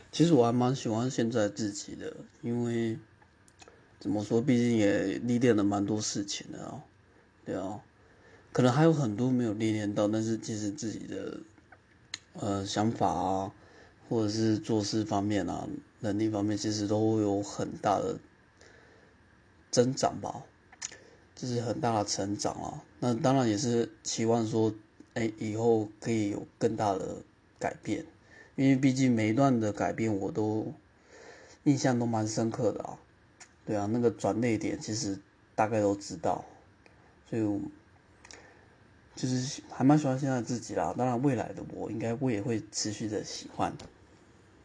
其实我还蛮喜欢现在自己的，因为怎么说，毕竟也历练了蛮多事情的哦。对啊，可能还有很多没有历练到，但是其实自己的想法啊，或者是做事方面啊，能力方面，其实都有很大的增长吧，就是很大的成长啊。那当然也是期望说，以后可以有更大的改变，因为毕竟每一段的改变我都印象都蛮深刻的啊。对啊，那个转捩点其实大概都知道，所以就是还蛮喜欢现在的自己啦。当然，未来的我应该我也会持续的喜欢。